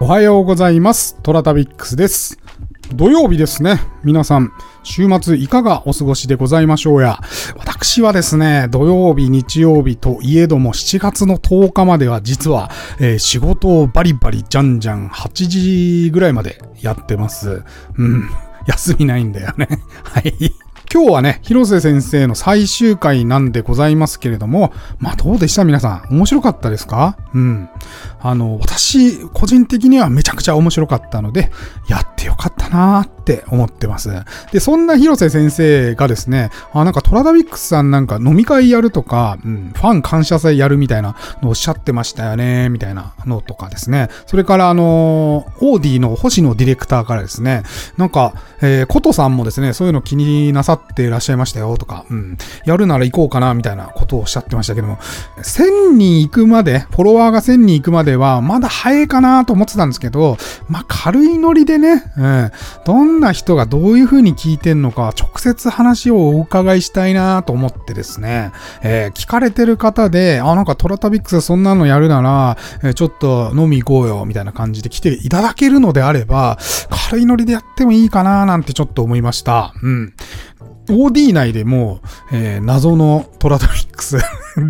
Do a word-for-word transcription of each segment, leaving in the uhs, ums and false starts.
おはようございます。トラタビックスです。土曜日ですね。皆さん、週末いかがお過ごしでございましょうや。私はですね、土曜日、日曜日といえどもしちがつのとおかまでは実は、えー、仕事をバリバリじゃんじゃんはちじぐらいまでやってます。うん。休みないんだよね。はい。今日はね、広瀬先生の最終回なんでございますけれども、まあどうでした皆さん、面白かったですか？うん。あの、私、個人的にはめちゃくちゃ面白かったので、やってよかったなーって思ってます。で、そんな広瀬先生がですね、あ、なんかトラダビックスさんなんか飲み会やるとか、うん、ファン感謝祭やるみたいなのをおっしゃってましたよね、みたいなのとかですね。それからあの、オーディの星野ディレクターからですね、なんか、えー、コトさんもですね、そういうの気になさっていらっしゃいましたよとか、うん、やるなら行こうかな、みたいなことをおっしゃってましたけども、せんにん行くまで、フォロワーがせんにん行くまでは、まだ早いかなと思ってたんですけど、まあ、軽いノリでね、うん、どんな人がどういう風に聞いてんのか、直接話をお伺いしたいなと思ってですね、えー、聞かれてる方で、あ、なんかトラタビックスそんなのやるなら、えー、ちょっと飲み行こうよ、みたいな感じで来ていただけるのであれば、軽いノリでやってもいいかななんてちょっと思いました。うん。オーディー 内でも、えー、謎のトラタビックス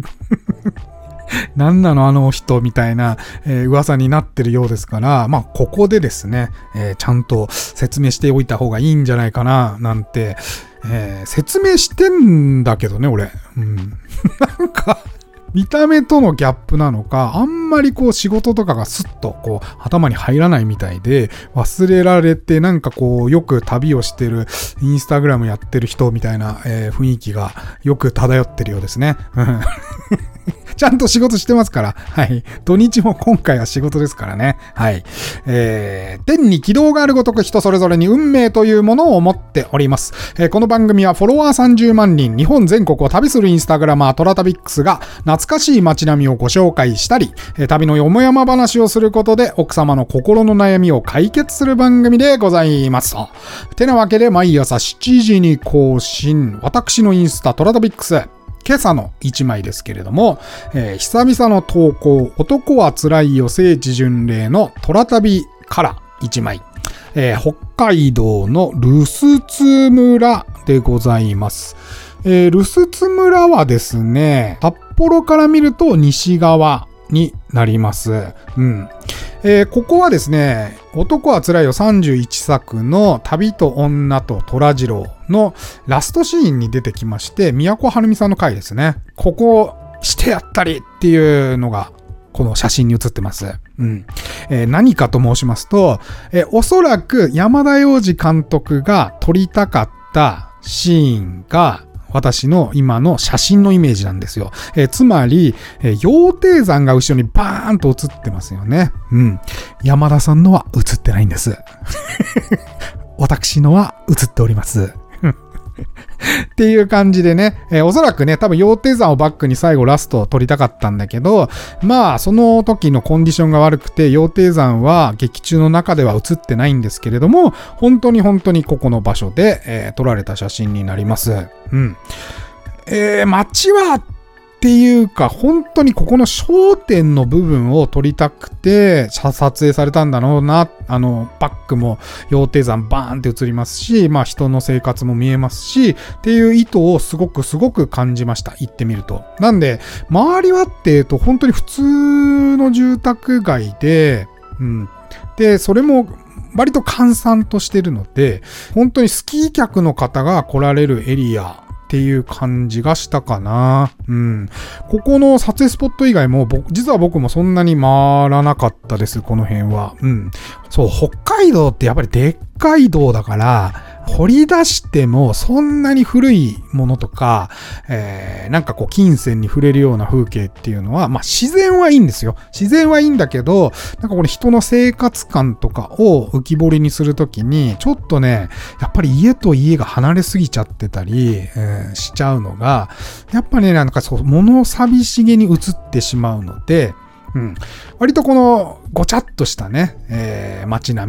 なんなのあの人みたいな、えー、噂になってるようですから、まあここでですね、えー、ちゃんと説明しておいた方がいいんじゃないかななんて、えー、説明してんだけどね俺、うん、なんか見た目とのギャップなのか、あんまりこう仕事とかがスッとこう頭に入らないみたいで、忘れられてなんかこうよく旅をしてるインスタグラムやってる人みたいな、えー、雰囲気がよく漂ってるようですね。ちゃんと仕事してますから。はい。土日も今回は仕事ですからね。はい。えー、天に軌道があるごとく人それぞれに運命というものを持っております。えー、この番組はフォロワーさんじゅうまんにん、日本全国を旅するインスタグラマートラタビックスが懐かしい街並みをご紹介したり、えー、旅のよもやま話をすることで奥様の心の悩みを解決する番組でございます。てなわけで毎朝しちじに更新。私のインスタトラタビックス。今朝の一枚ですけれども、えー、久々の投稿、男はつらいよ聖地巡礼のトラ旅から一枚、えー、北海道のルスツ村でございます。えー、ルスツ村はですね、札幌から見ると西側になります。うん。えー、ここはですね、男はつらいよさんじゅういっさくの旅と女と虎次郎のラストシーンに出てきまして、都はるみさんの回ですね。ここしてやったりっていうのがこの写真に写ってます。うん。えー、何かと申しますと、えー、おそらく山田洋次監督が撮りたかったシーンが私の今の写真のイメージなんですよ。えー、つまり、えー、羊蹄山が後ろにバーンと映ってますよね。うん。山田さんのは映ってないんです。私のは映っております。っていう感じでね、えー、おそらくね、多分羊蹄山をバックに最後ラストを撮りたかったんだけど、まあその時のコンディションが悪くて羊蹄山は劇中の中では映ってないんですけれども、本当に本当にここの場所で、えー、撮られた写真になります。うん。えー、街はっていうか本当にここの商店の部分を撮りたくて撮影されたんだろうな。あのバックも羊蹄山バーンって映りますし、まあ人の生活も見えますしっていう意図をすごくすごく感じました。行ってみると。なんで周りはっていうと本当に普通の住宅街で、うん、でそれも割と閑散としてるので、本当にスキー客の方が来られるエリアっていう感じがしたかな。うん。ここの撮影スポット以外も、実は僕もそんなに回らなかったです、この辺は。うん。そう、北海道ってやっぱりでっかい道だから、掘り出してもそんなに古いものとか、えー、なんかこう金銭に触れるような風景っていうのは、まあ自然はいいんですよ。自然はいいんだけど、なんかこれ人の生活感とかを浮き彫りにするときに、ちょっとね、やっぱり家と家が離れすぎちゃってたり、えー、しちゃうのが、やっぱね、なんかそう、物寂しげに映ってしまうので、うん、割とこのごちゃっとしたね、えー、街並み、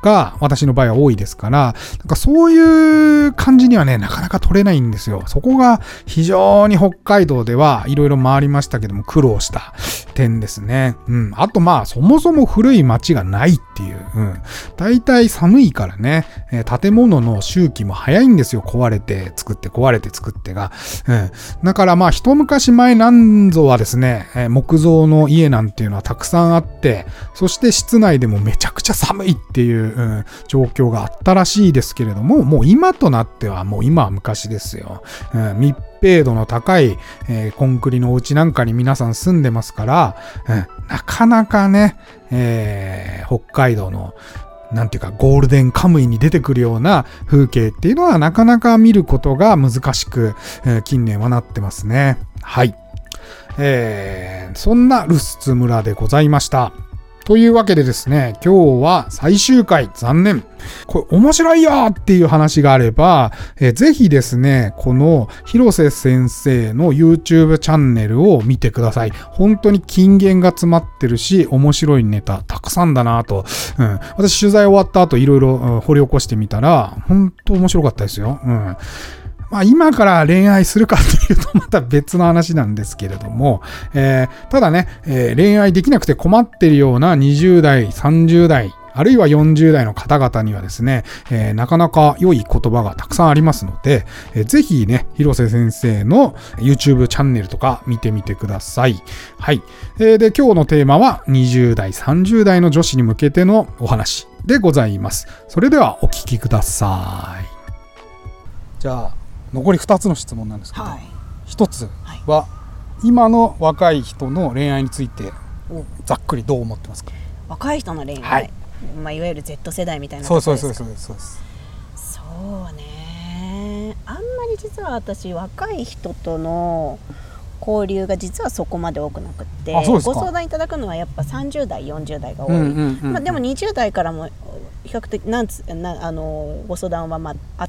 が私の場合は多いですから、なんかそういう感じにはね、なかなか取れないんですよ。そこが非常に北海道ではいろいろ回りましたけども苦労した点ですね。うん。あとまあそもそも古い街がないっていう。うん。大体寒いからね、えー、建物の周期も早いんですよ。壊れて作って壊れて作ってが。うん。だからまあ一昔前なんぞはですね、えー、木造の家なんていうのはたくさんあって、そして室内でもめちゃくちゃ寒いっていう、うん、状況があったらしいですけれども、もう今となってはもう今は昔ですよ。うん、密閉度の高い、えー、コンクリのお家なんかに皆さん住んでますから、うん、なかなかね、えー、北海道のなんていうかゴールデンカムイに出てくるような風景っていうのはなかなか見ることが難しく、えー、近年はなってますね。はい。えー、そんなルスツ村でございました。というわけでですね、今日は最終回、残念。これ面白いよっていう話があれば、えー、ぜひですね、この広瀬先生の YouTube チャンネルを見てください。本当に金言が詰まってるし、面白いネタたくさんだなと。うん、私取材終わった後いろいろ掘り起こしてみたら、本当面白かったですよ。うんまあ、今から恋愛するかっていうとまた別の話なんですけれども、えー、ただね、えー、恋愛できなくて困っているようなにじゅう代、さんじゅう代、あるいはよんじゅう代の方々にはですね、えー、なかなか良い言葉がたくさんありますので、えー、ぜひね、広瀬先生の YouTube チャンネルとか見てみてください。はい。えー、で、今日のテーマはにじゅう代、さんじゅう代の女子に向けてのお話でございます。それではお聞きください。じゃあ、残りふたつの質問なんですけど、はい、ひとつは、はい、今の若い人の恋愛についてざっくりどう思ってますか？ 若い人の恋愛、はいまあ、いわゆる Z 世代みたいなことですか？そうそうそうそうです。 そうね、あんまり実は私若い人との交流が実はそこまで多くなくって、ご相談いただくのはやっぱさんじゅう代よんじゅう代が多い、うんうんうんうんまあ、でもにじゅう代からも比較的なんつなあのご相談はまああって、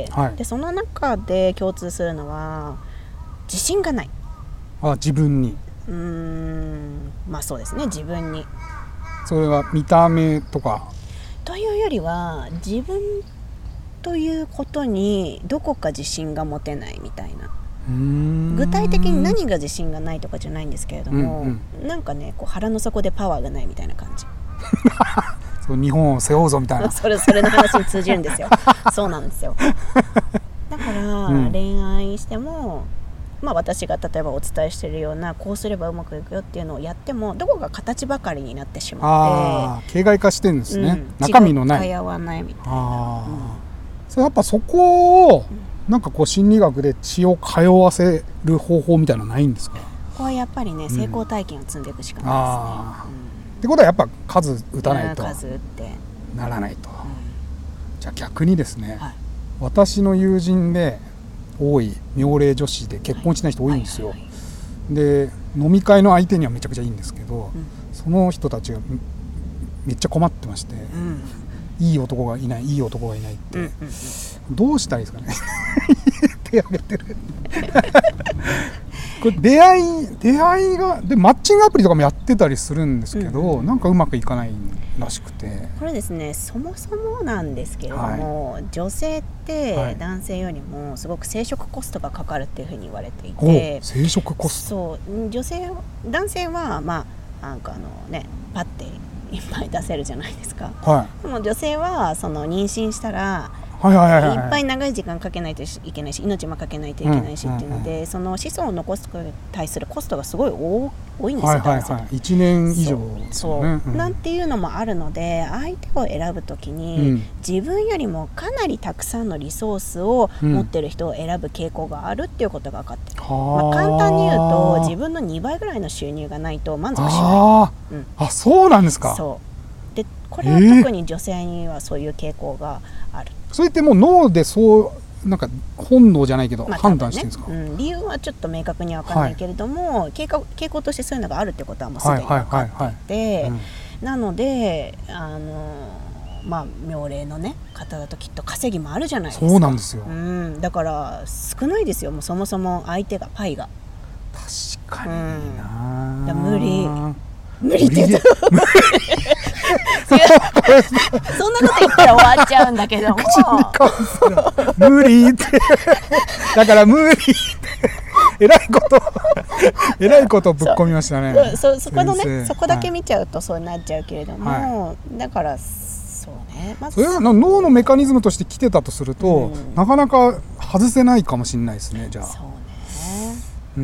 はい、でその中で共通するのは自信がない。 あ、自分に。 うーんまあそうですね、自分に。 それは見た目とかというよりは自分ということにどこか自信が持てないみたいな。うーん具体的に何が自信がないとかじゃないんですけれども、うんうん、なんかねこう腹の底でパワーがないみたいな感じそう日本を背負うぞみたいなそれそれの話に通じるんですよそうなんですよ。だから、うん、恋愛しても、まあ、私が例えばお伝えしているようなこうすればうまくいくよっていうのをやってもどこか形ばかりになってしまって、 あ形骸化してるんですね、うん、中身のない通わないみたいな。あ、うん、 それやっぱそこを、うん、なんかこう心理学で血を通わせる方法みたいなのないんですか？ここはやっぱりね、うん、成功体験を積んでいくしかないですね。 ってことはやっぱ数打たないと数打ってならないと、うん、じゃあ逆にですね、はい、私の友人で多い妙齢女子で結婚しない人多いんですよ、はいはいはい、で飲み会の相手にはめちゃくちゃいいんですけど、うん、その人たちがめっちゃ困ってまして、うん、いい男がいないいい男がいないって、うんうんうん、どうしたらいいですかね手挙げてるこれ出会い出会いがでマッチングアプリとかもやってたりするんですけど、うん、なんかうまくいかないらしくて、 これですね、そもそもなんですけれども、はい、女性って男性よりもすごく生殖コストがかかるっていうふうに言われていて、 生殖コスト、そう女性男性はまあなんかあのねパッていっぱい出せるじゃないですか、はい、でも女性はその妊娠したらはいはいはいはい、いっぱい長い時間かけないといけないし命もかけないといけないしっていうので、うんうんうん、その子孫を残すことに対するコストがすごい多いんですよ、はいはいはい、 いちねん以上ですよね、 そう、うん、なんていうのもあるので相手を選ぶときに、うん、自分よりもかなりたくさんのリソースを持ってる人を選ぶ傾向があるっていうことが分かってる、うんまあ、簡単に言うと自分のにばいぐらいの収入がないと満足しない。 あ、うん、あ、そうなんですか。 そうでこれは特に女性にはそういう傾向がある、 それってもう脳でそうなんか本能じゃないけど、まあね、判断してるんですか？ うん、理由はちょっと明確には分からないけれども、はい、傾向、傾向としてそういうのがあるってことはもうすでに分かっていて、はいはいはいはい、うん、なのであのまあ妙齢のね方だときっと稼ぎもあるじゃないですか。 そうなんですよ、 うん、だから少ないですよ、もうそもそも相手がパイが確かにな、 うん、だ無理無理って言うとそんなこと言ったら終わっちゃうんだけども無理ってだから無理ってえらいことえらいことぶっ込みましたね。 そ, そ, そこのねそこだけ見ちゃうとそうなっちゃうけれども、はい、だからそうね、まずそれは脳のメカニズムとして来てたとすると、うん、なかなか外せないかもしれないですね。じゃあそうね、 うん、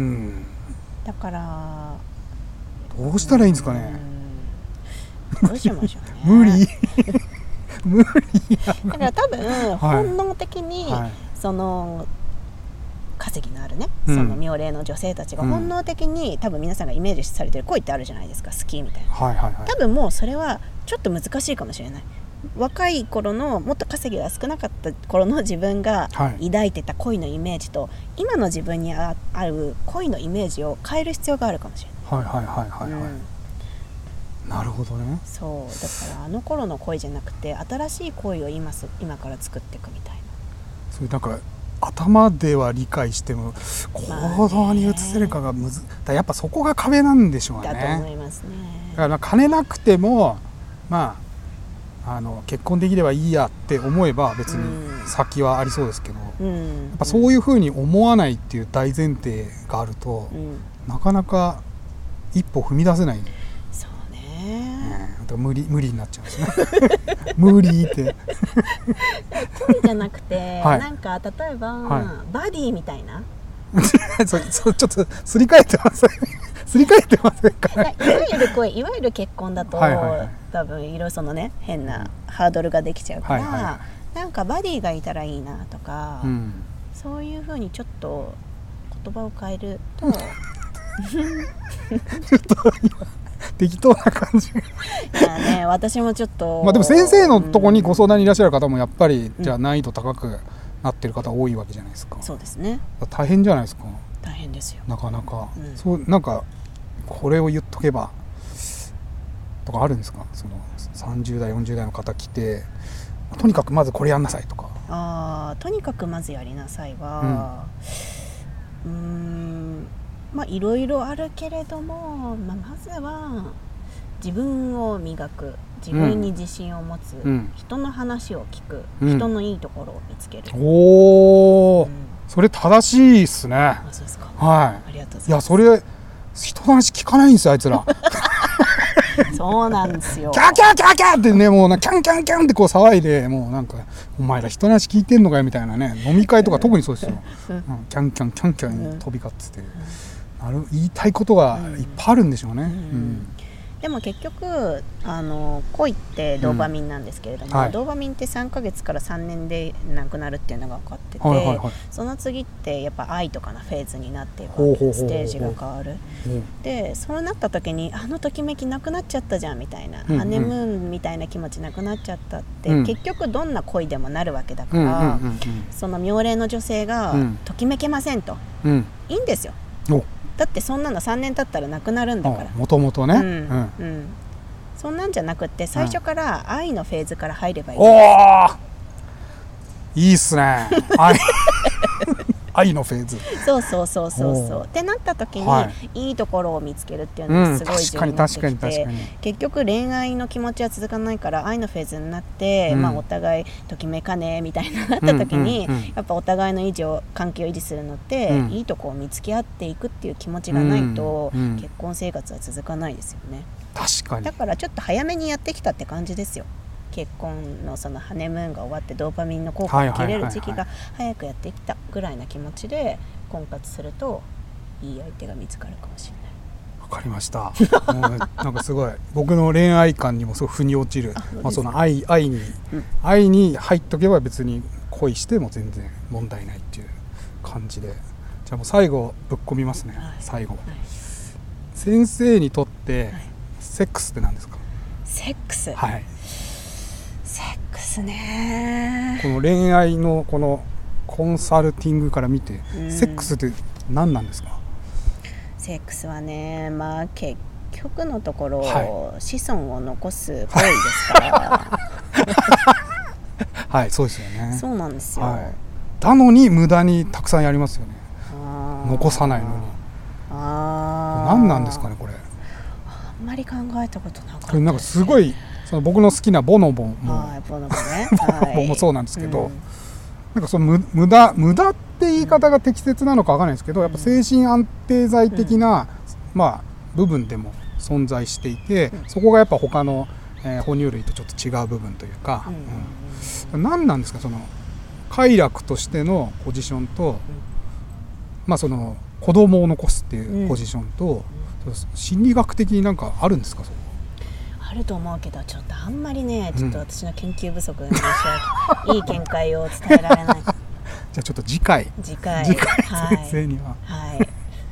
だからどうしたらいいんですかね。 どうしましょうね無理無理だから多分本能的に、はい、その稼ぎのあるね、うん、その妙齢の女性たちが本能的に、うん、多分皆さんがイメージされてる恋ってあるじゃないですか、好きみたいな、 はいはいはい、 多分もうそれはちょっと難しいかもしれない。若い頃のもっと稼ぎが少なかった頃の自分が抱いてた恋のイメージと、はい、今の自分にある恋のイメージを変える必要があるかもしれない。 はいはいはいはい、はい、うん、なるほどね。 そうだからあの頃の恋じゃなくて新しい恋を 今, 今から作っていくみたいな。 それなんか頭では理解しても行動に移せるかがむず、だやっぱそこが壁なんでしょうね。 だと思いますね。 だから金なくてもまああの結婚できればいいやって思えば別に先はありそうですけど、うん、やっぱそういうふうに思わないっていう大前提があると、うん、なかなか一歩踏み出せない。 そうね、 うん、無理無理になっちゃうんですね無理って恋じゃなくて、はい、なんか例えば、はい、バディみたいなそそちょっとすり替えてますすり替えてませんか、ね、 いわゆる恋いわゆる結婚だと、はいはいはい、多分いろいろそのね変なハードルができちゃうから、はいはいはい、なんかバディがいたらいいなとか、うん、そういうふうにちょっと言葉を変えるとちょっと今適当な感じいやね、私もちょっとまあでも先生のとこにご相談にいらっしゃる方もやっぱり、うん、じゃあ難易度高くなってる方多いわけじゃないですか。 そうですね。 大変じゃないですか。 大変ですよ。 なかなか、うん、そうなんかこれを言っとけばとかあるんですか。そのさんじゅう代よんじゅう代の方来てとにかくまずこれやんなさいとか。 あとにかくまずやりなさいは、うん、うーんまあいろいろあるけれども、まあ、まずは自分を磨く、自分に自信を持つ、うん、人の話を聞く、うん、人のいいところを見つける。 おー、うん、それ正しいっすね。 あ、そうですか。 はい。 ありがとうございます。 いやそれ人の話聞かないんですよあいつらそうなんですよ。 キャーキャーキャーキャーってね、もうなキャンキャンキャンってこう騒いで、もうなんかお前ら人の話聞いてんのかよみたいなね、飲み会とか特にそうですよ、うん、キャンキャンキャンキャン飛び交ってて、うん、ある言いたいことがいっぱいあるんでしょうね、うんうん、 でも結局あの恋ってドーパミンなんですけれども、うんはい、ドーパミンってさんかげつからさんねんでなくなるっていうのが分かってて、はいはいはい、その次ってやっぱ愛とかのフェーズになっていくわけで、ステージが変わる、うん、でそうなった時にあのときめきなくなっちゃったじゃんみたいな、うんうん、ハネムーンみたいな気持ちなくなっちゃったって、うん、結局どんな恋でもなるわけだから、うんうんうんうん、その妙齢の女性がときめけませんと、うん、いいんですよ。だってそんなのさんねん経ったらなくなるんだからもともとね、うんうんうん、そんなんじゃなくって最初から愛のフェーズから入ればいい、 うん、おーいいっすね愛愛のフェーズそうそうそうそうそうってなった時に、はい、いいところを見つけるっていうのがすごい重要になってきて、うん、確かに確かに確かに結局恋愛の気持ちは続かないから愛のフェーズになって、うんまあ、お互いときめかねみたいになった時に、うんうんうん、やっぱお互いの維持を関係を維持するのって、うん、いいとこを見つけ合っていくっていう気持ちがないと、うんうん、結婚生活は続かないですよね。 確かに。 だからちょっと早めにやってきたって感じですよ。結婚のそのハネムーンが終わってドーパミンの効果が切れる時期が早くやってきたぐらいな気持ちで婚活するといい相手が見つかるかもしれない。 わかりました。もうなんかすごい僕の恋愛観にもすごい腑に落ちる。まあその愛愛に、うん、愛に入っとけば別に恋しても全然問題ないっていう感じで。じゃあもう最後ぶっ込みますね。はい、最後、はい、先生にとってセックスって何ですか？ セックス。 はい。 セックスね。 この恋愛のこのコンサルティングから見て、うん、セックスって何なんですか？ セックスはね、まあ結局のところ、はい、子孫を残す行為ですからはい、そうですよね。 そうなんですよ、はい、 なのに無駄にたくさんやりますよね。残さないのに。あ何なんですかねこれ。 あんまり考えたことなかったです、 これなんかすごいその僕の好きなボノボも、 はい、ボノボね。 ボノボもそうなんですけど、はい、なんかその無駄無駄って言い方が適切なのかわからないですけど、やっぱ精神安定剤的な、うん、まあ部分でも存在していて、うん、そこがやっぱ他の、えー、哺乳類とちょっと違う部分というか、うんうん、何なんですかその快楽としてのポジションと、うん、まあその子供を残すっていうポジションと、うん、心理学的になんかあるんですかそこ？ あると思うけどちょっとあんまりねちょっと私の研究不足で申し訳、うん、いい見解を伝えられない。 じゃあちょっと次回次回次回先生には、 はい、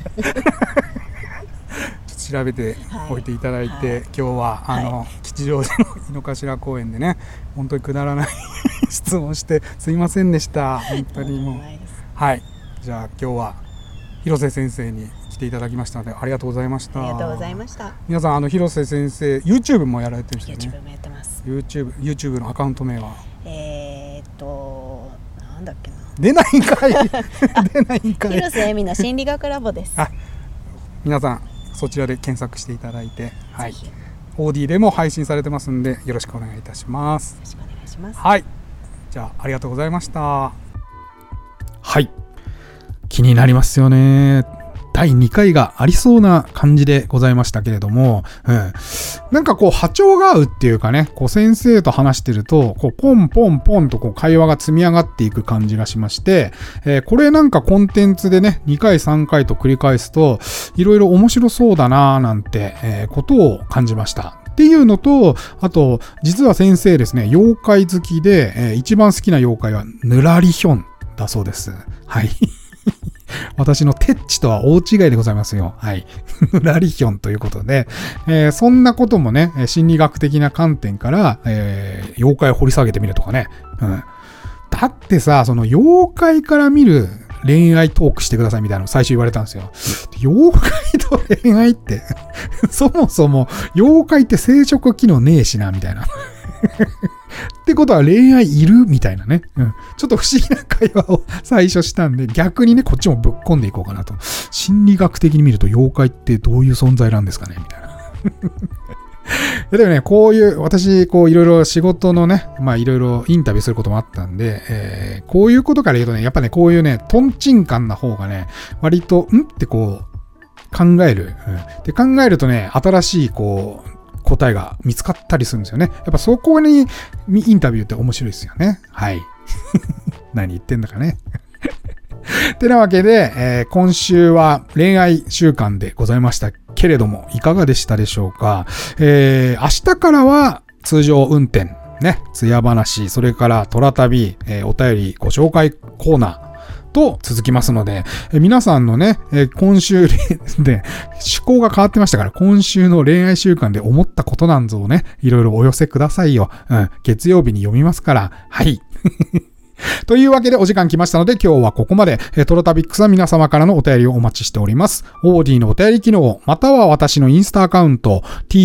調べておいていただいて、はいはい、今日はあの、はい、吉祥寺の井の頭公園でね本当にくだらない質問してすいませんでした。本当にもうはい。じゃあ今日は広瀬先生に来ていただきましたのでありがとうございました。 ありがとうございました。 皆さんあの広瀬先生 YouTube もやられてるんですよね。 YouTube もやってます。 YouTube, YouTube のアカウント名はえー、っとなんだっけな出ないんかい出ないんかい広瀬恵美の心理学ラボです。 あ皆さんそちらで検索していただいて、はい、オーディー でも配信されてますんでよろしくお願いいたします。 よろしくお願いします。 はい、じゃあありがとうございました。はい、気になりますよね。だいにかいがありそうな感じでございましたけれども、うん、なんかこう波長が合うっていうかね、こう先生と話してるとこうポンポンポンとこう会話が積み上がっていく感じがしまして、えー、これなんかコンテンツでねにかいさんかいと繰り返すといろいろ面白そうだなーなんて、えー、ことを感じました。っていうのと、あと実は先生ですね妖怪好きで、えー、一番好きな妖怪はぬらりひょんだそうです。はい私のテッチとは大違いでございますよ。はい。ぬらりひょんということで、えー、そんなこともね、心理学的な観点から、えー、妖怪を掘り下げてみるとかね。うん。だってさ、その妖怪から見る恋愛トークしてくださいみたいなの最初言われたんですよ。妖怪と恋愛ってそもそも妖怪って生殖機能ねえしな、みたいな。ってことは恋愛いるみたいなね、うん。ちょっと不思議な会話を最初したんで、逆にね、こっちもぶっ込んでいこうかなと。心理学的に見ると妖怪ってどういう存在なんですかねみたいな。でもね、こういう、私、こういろいろ仕事のね、まあいろいろインタビューすることもあったんで、えー、こういうことから言うとね、やっぱね、こういうね、トンチンカンな方がね、割と、んってこう、考える、うん。で、考えるとね、新しい、こう、答えが見つかったりするんですよね。やっぱそこにインタビューって面白いですよね。はい。何言ってんだかね。てなわけで、えー、今週は恋愛週間でございましたけれども、いかがでしたでしょうか。えー、明日からは通常運転、ね、つや話、それからトラ旅、えー、お便りご紹介コーナー、と続きますので、え皆さんのね、え今週で趣向が変わってましたから、今週の恋愛習慣で思ったことなんぞをね、いろいろお寄せくださいよ。うん、月曜日に読みますから、はい。というわけでお時間来ましたので今日はここまで。トロタビックスは皆様からのお便りをお待ちしております。オーディのお便り機能、または私のインスタアカウント ト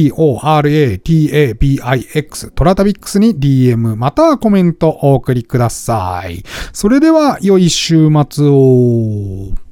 ラタビックス トラタビックスに ディーエム またはコメントお送りください。それでは良い週末を。